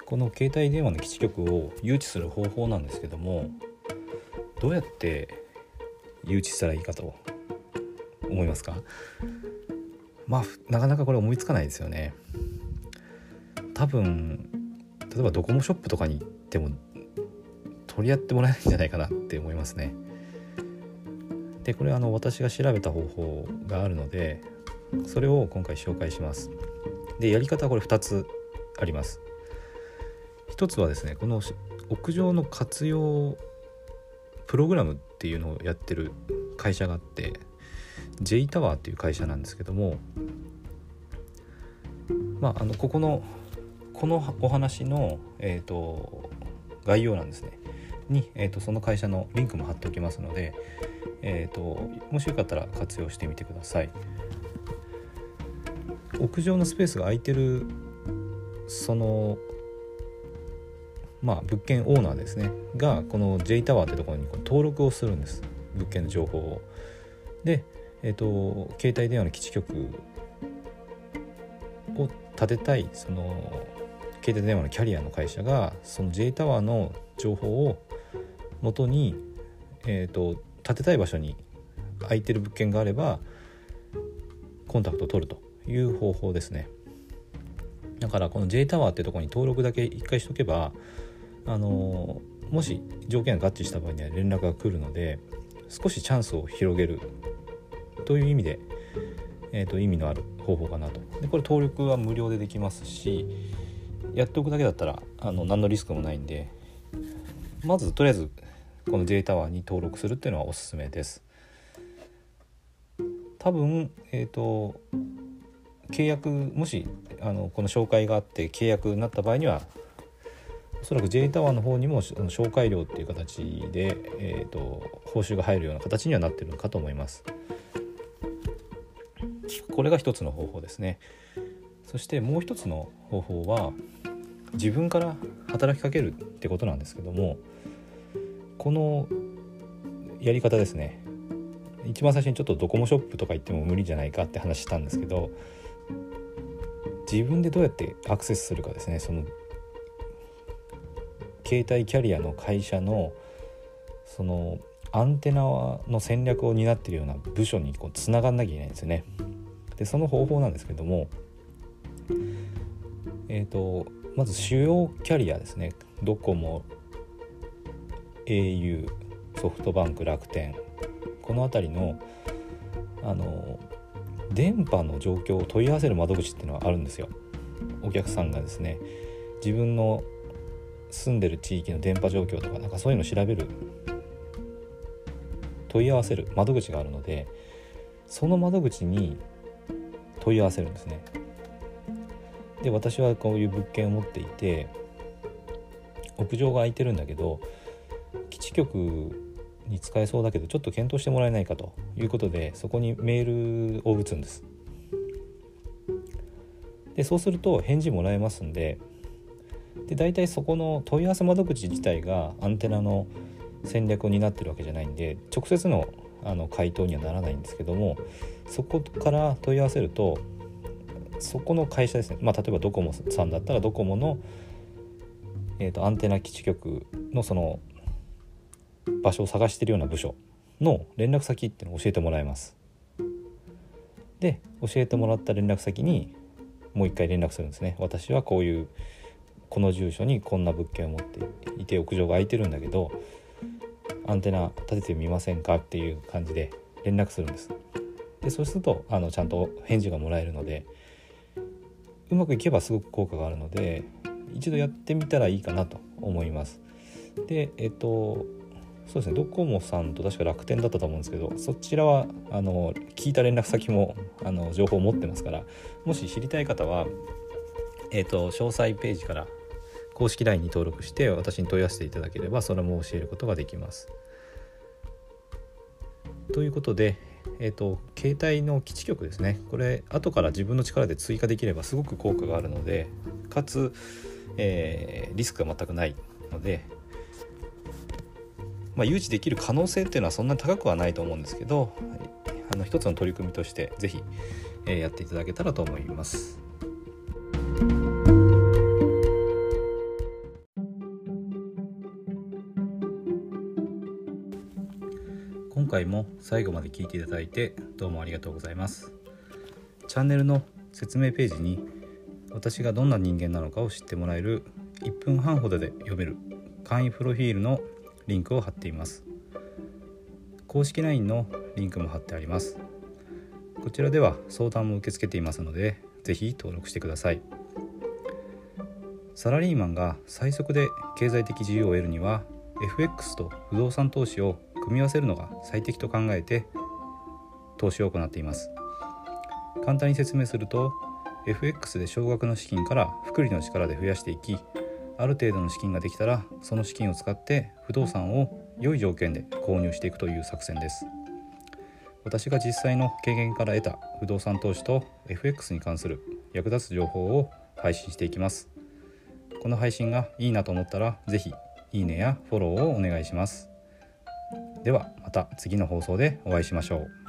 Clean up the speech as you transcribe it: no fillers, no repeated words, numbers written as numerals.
この携帯電話の基地局を誘致する方法なんですけども、どうやって誘致したらいいかと思いますか？なかなかこれ思いつかないですよね。多分例えばドコモショップとかに行っても取り合ってもらえないんじゃないかなって思いますね。でこれは私が調べた方法があるので、それを今回紹介します。でやり方はこれ2つあります。一つはですね、この屋上の活用プログラムっていうのをやってる会社があって、 J タワーっていう会社なんですけども、このお話の、概要欄ですねに、その会社のリンクも貼っておきますので、もしよかったら活用してみてください。屋上のスペースが空いてるその物件オーナーですねが、この J タワーってところに登録をするんです、物件の情報を。で、携帯電話の基地局を建てたいその携帯電話のキャリアの会社が、その J タワーの情報を元に、建てたい場所に空いてる物件があればコンタクトを取るという方法ですね。だからこの J タワーってところに登録だけ一回しとけば、もし条件が合致した場合には連絡が来るので、少しチャンスを広げるという意味で、意味のある方法かなと。でこれ登録は無料でできますし、やっておくだけだったら何のリスクもないんで、まずとりあえずこの J タワーに登録するっていうのはおすすめです。多分、契約もしこの紹介があって契約になった場合には、おそらく J タワーの方にも紹介料っていう形で、報酬が入るような形にはなってるのかと思います。これが一つの方法ですね。そしてもう一つの方法は、自分から働きかけるってことなんですけども、このやり方ですね、一番最初にちょっとドコモショップとか行っても無理じゃないかって話したんですけど、自分でどうやってアクセスするかですね。その携帯キャリアの会社のそのアンテナの戦略を担っているような部署につながんなきゃいけないんですよね。でその方法なんですけども、まず主要キャリアですね、ドコモ、au、ソフトバンク、楽天、このあたりの電波の状況を問い合わせる窓口っていうのはあるんですよ。お客さんがですね、自分の住んでる地域の電波状況とかなんかそういうのを調べる、問い合わせる窓口があるので、その窓口に問い合わせるんですね。で私はこういう物件を持っていて、屋上が空いてるんだけど基地局に使えそうだけどちょっと検討してもらえないかということで、そこにメールを打つんです。でそうすると返事もらえますんで、大体そこの問い合わせ窓口自体がアンテナの戦略を担ってるわけじゃないんで、直接の回答にはならないんですけども、そこから問い合わせると、そこの会社ですね、例えばドコモさんだったらドコモの、アンテナ基地局のその場所を探しているような部署の連絡先っていうのを教えてもらえます。で教えてもらった連絡先にもう一回連絡するんですね。私はこの住所にこんな物件を持っていて屋上が空いてるんだけどアンテナ立ててみませんかっていう感じで連絡するんです。でそうするとちゃんと返事がもらえるので、うまくいけばすごく効果があるので、一度やってみたらいいかなと思います。でそうですね、ドコモさんと確か楽天だったと思うんですけど、そちらは聞いた連絡先も情報を持ってますから、もし知りたい方は、詳細ページから公式 LINE に登録して私に問い合わせていただければ、それも教えることができます。ということで、携帯の基地局ですね、これ後から自分の力で追加できればすごく効果があるので、かつ、リスクが全くないので、誘致できる可能性っていうのはそんなに高くはないと思うんですけど、一つの取り組みとしてぜひ、やっていただけたらと思います。 回も最後まで聞いていただいてどうもありがとうございます。チャンネルの説明ページに私がどんな人間なのかを知ってもらえる1分半ほどで読める簡易プロフィールのリンクを貼っています。公式 LINE のリンクも貼ってあります。こちらでは相談も受け付けていますので、ぜひ登録してください。サラリーマンが最速で経済的自由を得るには FX と不動産投資を組み合わせるのが最適と考えて投資を行っています。簡単に説明すると、 FX で少額の資金から複利の力で増やしていき、ある程度の資金ができたらその資金を使って不動産を良い条件で購入していくという作戦です。私が実際の経験から得た不動産投資と FX に関する役立つ情報を配信していきます。この配信がいいなと思ったら、ぜひいいねやフォローをお願いします。ではまた次の放送でお会いしましょう。